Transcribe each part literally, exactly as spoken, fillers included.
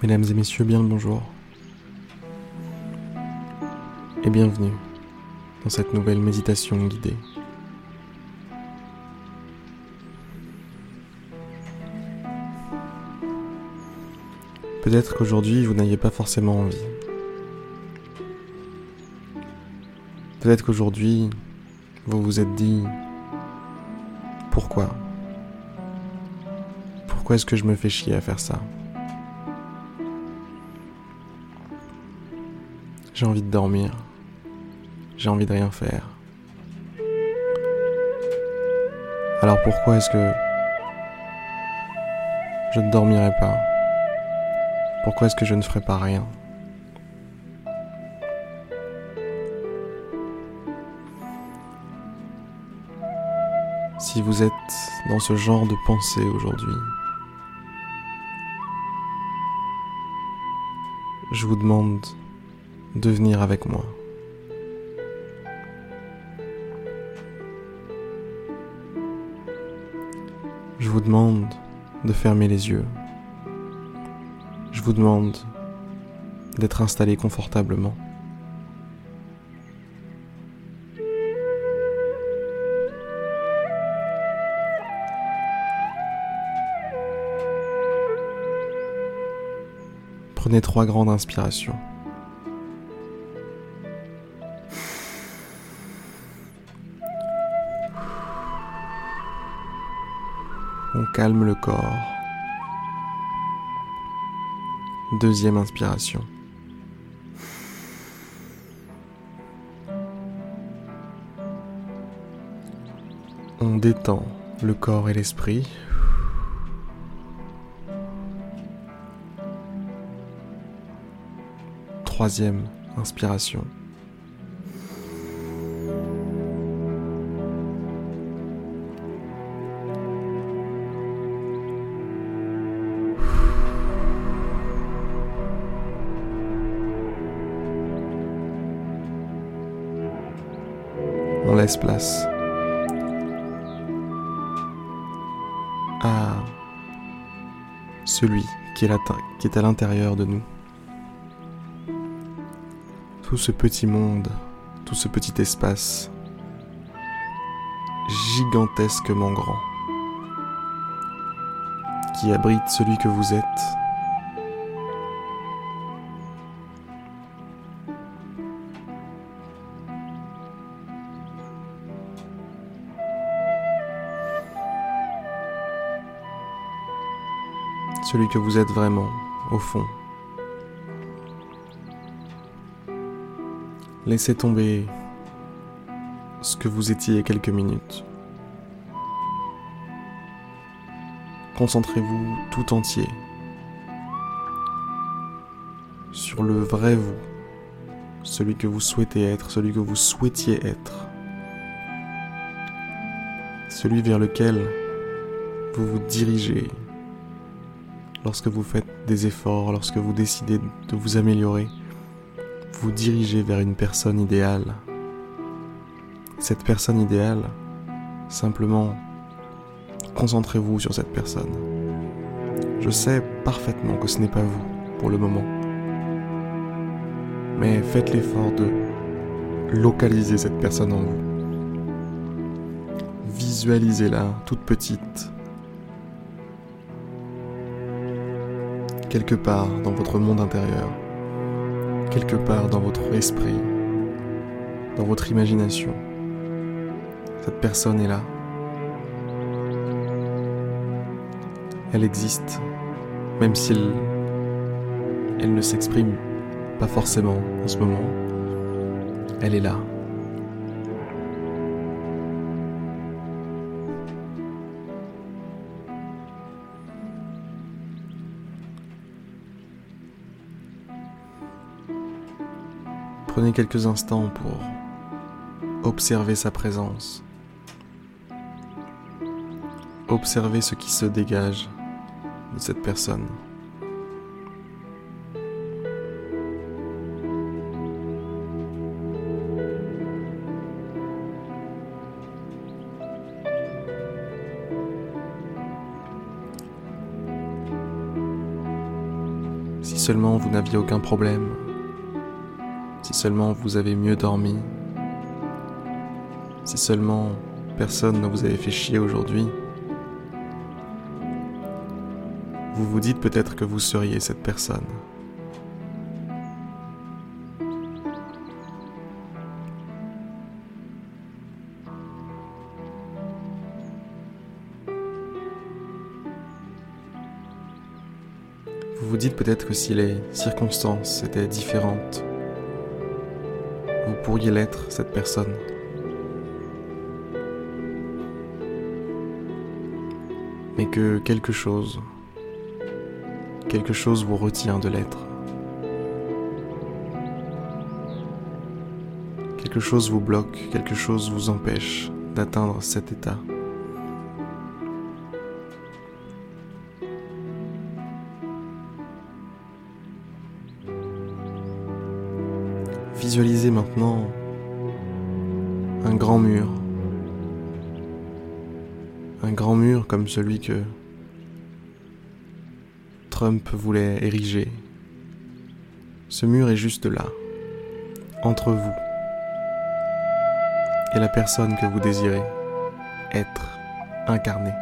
Mesdames et messieurs, bien le bonjour et bienvenue dans cette nouvelle méditation guidée. Peut-être qu'aujourd'hui vous n'ayez pas forcément envie. Peut-être qu'aujourd'hui vous vous êtes dit « Pourquoi ? Pourquoi est-ce que je me fais chier à faire ça ? J'ai envie de dormir. J'ai envie de rien faire. Alors pourquoi est-ce que je ne dormirai pas ? Pourquoi est-ce que je ne ferai pas rien ? Si vous êtes dans ce genre de pensée aujourd'hui, je vous demande de venir avec moi. Je vous demande de fermer les yeux. Je vous demande d'être installé confortablement. Prenez trois grandes inspirations. On calme le corps. Deuxième inspiration. On détend le corps et l'esprit. Troisième inspiration. On laisse place à celui qui est, la, qui est à l'intérieur de nous. Tout ce petit monde, tout ce petit espace, gigantesquement grand, qui abrite celui que vous êtes. Celui que vous êtes vraiment, au fond. Laissez tomber ce que vous étiez il y a quelques minutes. Concentrez-vous tout entier sur le vrai vous, celui que vous souhaitez être, celui que vous souhaitiez être, celui vers lequel vous vous dirigez lorsque vous faites des efforts, lorsque vous décidez de vous améliorer. Vous dirigez vers une personne idéale. Cette personne idéale, simplement, concentrez-vous sur cette personne. Je sais parfaitement que ce n'est pas vous, pour le moment. Mais faites l'effort de localiser cette personne en vous. Visualisez-la, toute petite, quelque part dans votre monde intérieur. Quelque part dans votre esprit, dans votre imagination. Cette personne est là. Elle existe, même si elle, elle ne s'exprime pas forcément en ce moment. Elle est là. Prenez quelques instants pour observer sa présence. Observez ce qui se dégage de cette personne. seulement vous n'aviez aucun problème, si seulement vous avez mieux dormi, si seulement personne ne vous avait fait chier aujourd'hui, vous vous dites peut-être que vous seriez cette personne. Vous vous dites peut-être que si les circonstances étaient différentes, vous pourriez l'être, cette personne. Mais que quelque chose, quelque chose vous retient de l'être. Quelque chose vous bloque, quelque chose vous empêche d'atteindre cet état. Visualisez maintenant un grand mur. Un grand mur comme celui que Trump voulait ériger. Ce mur est juste là, entre vous et la personne que vous désirez être incarnée.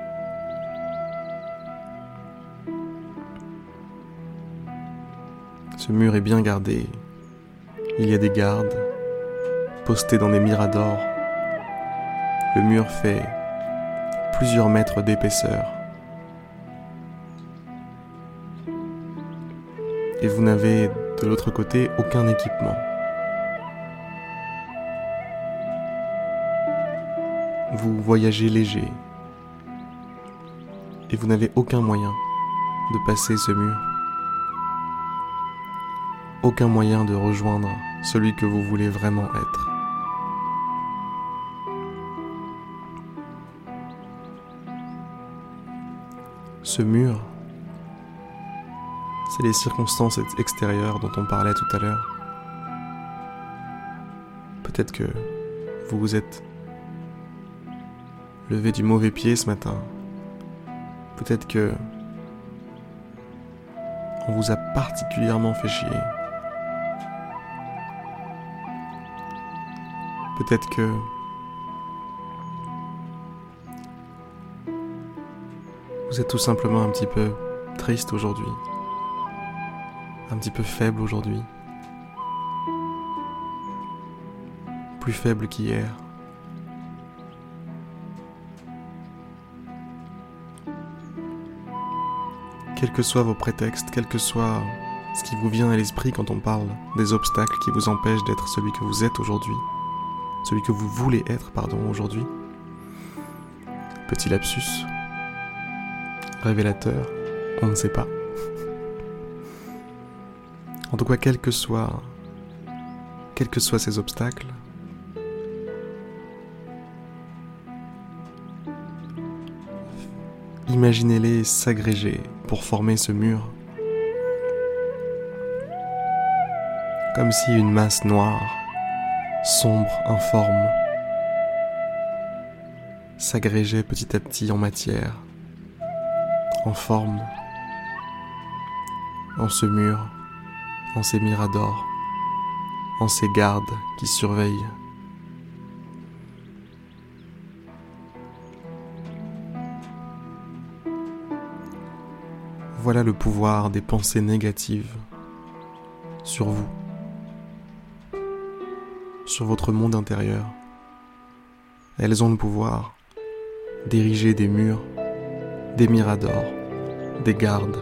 Ce mur est bien gardé. Il y a des gardes postés dans des miradors. Le mur fait plusieurs mètres d'épaisseur. Et vous n'avez de l'autre côté aucun équipement. Vous voyagez léger. Et vous n'avez aucun moyen de passer ce mur. Aucun moyen de rejoindre celui que vous voulez vraiment être. Ce mur, c'est les circonstances extérieures dont on parlait tout à l'heure. Peut-être que vous vous êtes levé du mauvais pied ce matin. Peut-être que on vous a particulièrement fait chier. Peut-être que vous êtes tout simplement un petit peu triste aujourd'hui, un petit peu faible aujourd'hui, plus faible qu'hier. Quels que soient vos prétextes, quel que soit ce qui vous vient à l'esprit quand on parle des obstacles qui vous empêchent d'être celui que vous êtes aujourd'hui, celui que vous voulez être, pardon, aujourd'hui. Petit lapsus, révélateur, on ne sait pas. En tout cas, quels que soient, quels que soient ces obstacles, imaginez-les s'agréger pour former ce mur, comme si une masse noire, sombre, informe, s'agrégeait petit à petit en matière, en forme, en ce mur, en ces miradors, en ces gardes qui surveillent. Voilà le pouvoir des pensées négatives sur vous, sur votre monde intérieur. Elles ont le pouvoir d'ériger des murs, des miradors, des gardes,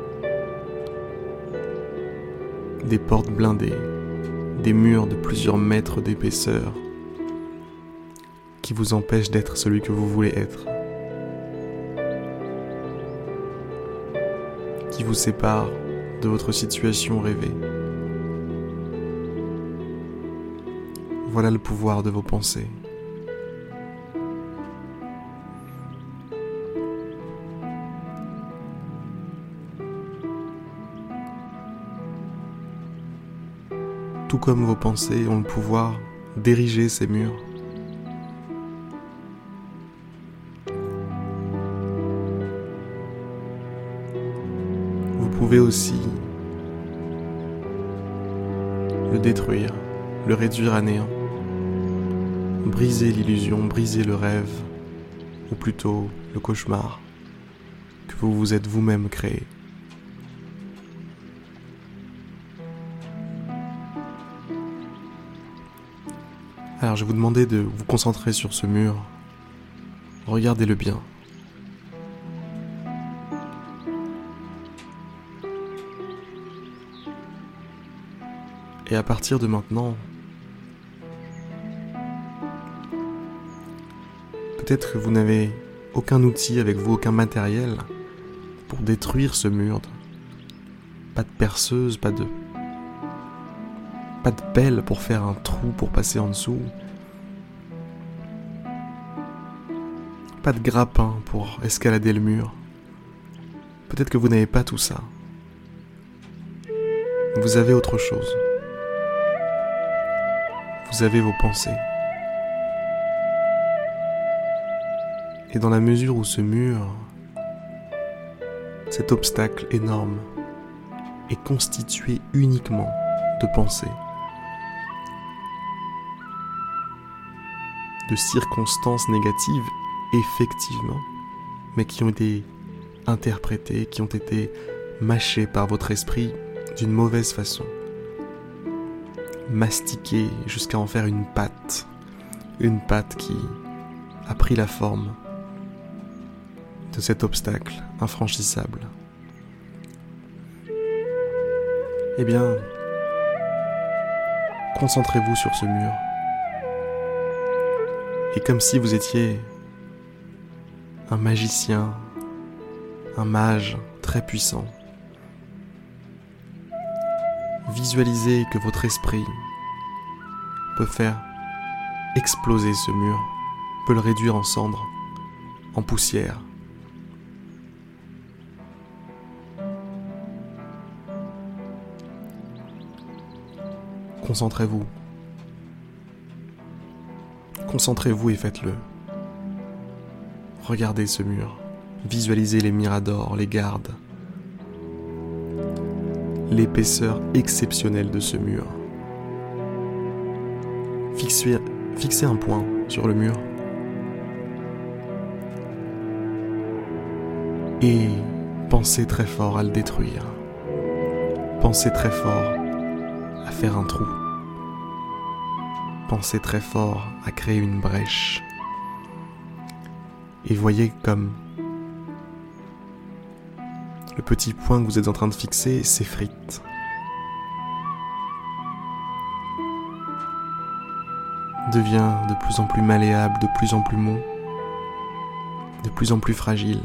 des portes blindées, des murs de plusieurs mètres d'épaisseur qui vous empêchent d'être celui que vous voulez être, qui vous séparent de votre situation rêvée. Voilà le pouvoir de vos pensées. Tout comme vos pensées ont le pouvoir d'ériger ces murs. Vous pouvez aussi le détruire, le réduire à néant. Briser l'illusion, briser le rêve, ou plutôt le cauchemar que vous vous êtes vous-même créé. Alors je vais vous demander de vous concentrer sur ce mur. Regardez-le bien. Et à partir de maintenant, peut-être que vous n'avez aucun outil avec vous, aucun matériel pour détruire ce mur. Pas de perceuse, pas de... pas de pelle pour faire un trou pour passer en dessous. Pas de grappin pour escalader le mur. Peut-être que vous n'avez pas tout ça. Vous avez autre chose. Vous avez vos pensées. Et dans la mesure où ce mur, cet obstacle énorme, est constitué uniquement de pensées, de circonstances négatives, effectivement, mais qui ont été interprétées, qui ont été mâchées par votre esprit d'une mauvaise façon, mastiquées jusqu'à en faire une pâte, une pâte qui a pris la forme de cet obstacle infranchissable. Eh bien, concentrez-vous sur ce mur. Et comme si vous étiez un magicien, un mage très puissant, visualisez que votre esprit peut faire exploser ce mur, peut le réduire en cendres, en poussière. Concentrez-vous. Concentrez-vous et faites-le. Regardez ce mur. Visualisez les miradors, les gardes. L'épaisseur exceptionnelle de ce mur. Fixez, fixez un point sur le mur. Et pensez très fort à le détruire. Pensez très fort à faire un trou. Pensez très fort à créer une brèche. Et voyez comme le petit point que vous êtes en train de fixer s'effrite. Devient de plus en plus malléable, de plus en plus mou, de plus en plus fragile.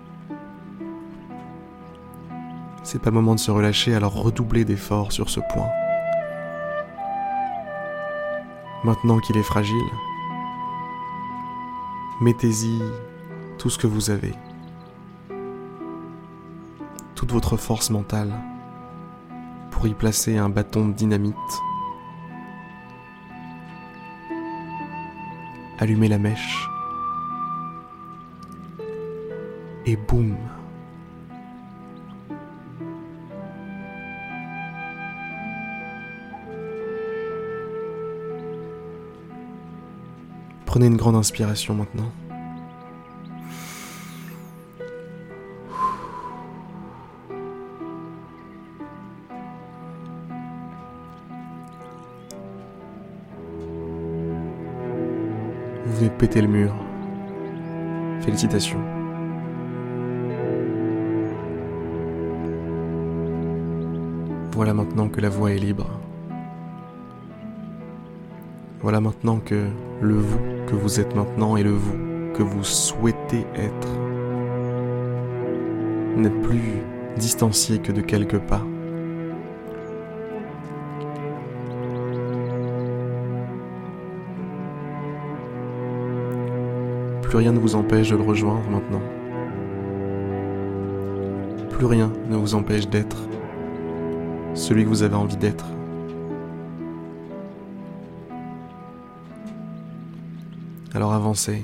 C'est pas le moment de se relâcher, alors redoublez d'efforts sur ce point. Maintenant qu'il est fragile, mettez-y tout ce que vous avez, toute votre force mentale, pour y placer un bâton de dynamite. Allumez la mèche, et boum! Prenez une grande inspiration maintenant. Vous venez de péter le mur. Félicitations. Voilà maintenant que la voie est libre. Voilà maintenant que le vous que vous êtes maintenant et le vous que vous souhaitez être n'êtes plus distancié que de quelques pas. Plus rien ne vous empêche de le rejoindre maintenant. Plus rien ne vous empêche d'être celui que vous avez envie d'être. Alors avancez.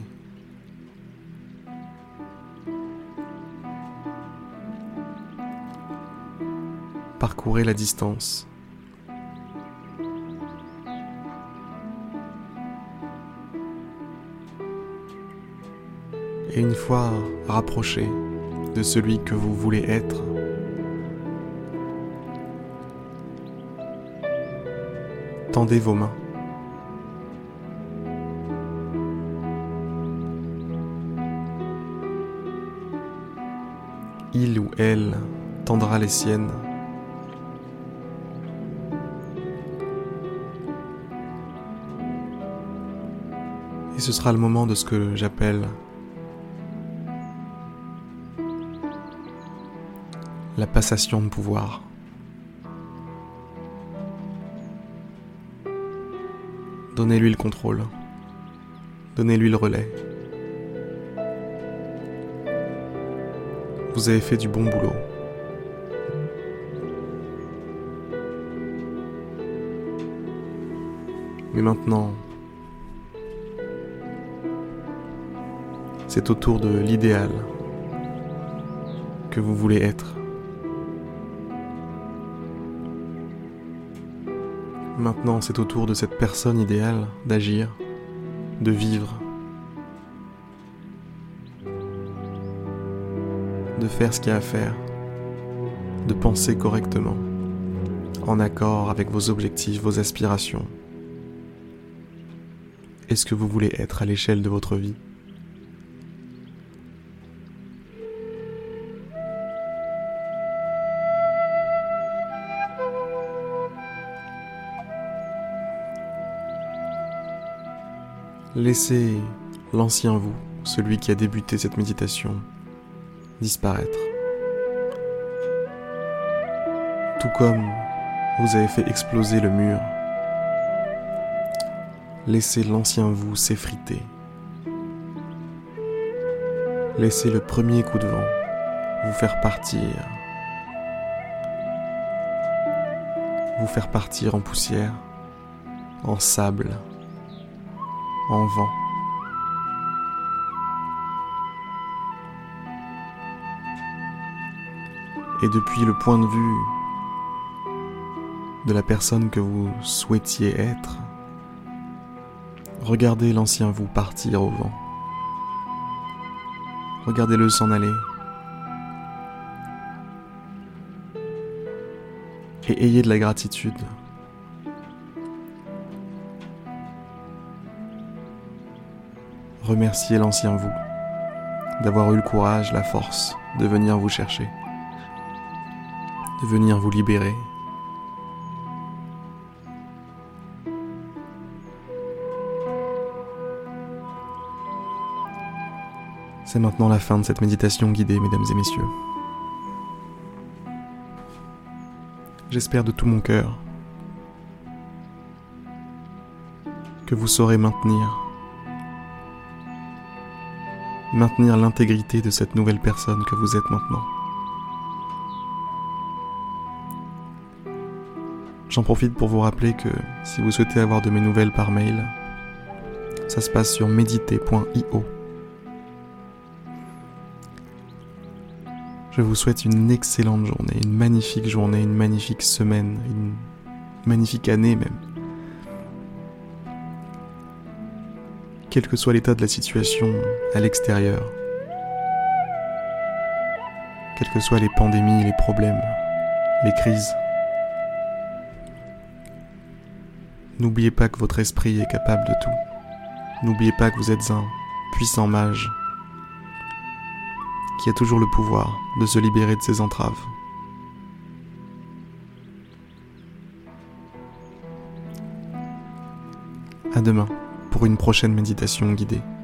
Parcourez la distance Et une fois rapproché de celui que vous voulez être, tendez vos mains. Il ou elle tendra les siennes. Et ce sera le moment de ce que j'appelle la passation de pouvoir. Donnez-lui le contrôle. Donnez-lui le relais. Vous avez fait du bon boulot. Mais maintenant, c'est au tour de l'idéal que vous voulez être. Maintenant, c'est au tour de cette personne idéale d'agir, de vivre, de faire ce qu'il y a à faire, de penser correctement, en accord avec vos objectifs, vos aspirations. Est-ce que vous voulez être à l'échelle de votre vie ? Laissez l'ancien vous, celui qui a débuté cette méditation, disparaître. Tout comme vous avez fait exploser le mur, laissez l'ancien vous s'effriter. Laissez le premier coup de vent vous faire partir, vous faire partir en poussière, en sable, en vent. Et depuis le point de vue de la personne que vous souhaitiez être, regardez l'ancien vous partir au vent. Regardez-le s'en aller. Et ayez de la gratitude. Remerciez l'ancien vous d'avoir eu le courage, la force de venir vous chercher, de venir vous libérer. C'est maintenant la fin de cette méditation guidée, mesdames et messieurs. J'espère de tout mon cœur que vous saurez maintenir maintenir l'intégrité de cette nouvelle personne que vous êtes maintenant. J'en profite pour vous rappeler que si vous souhaitez avoir de mes nouvelles par mail, ça se passe sur mediter point io. Je vous souhaite une excellente journée, une magnifique journée, une magnifique semaine, une magnifique année même. Quel que soit l'état de la situation à l'extérieur, quelles que soient les pandémies, les problèmes, les crises, n'oubliez pas que votre esprit est capable de tout. N'oubliez pas que vous êtes un puissant mage qui a toujours le pouvoir de se libérer de ses entraves. À demain pour une prochaine méditation guidée.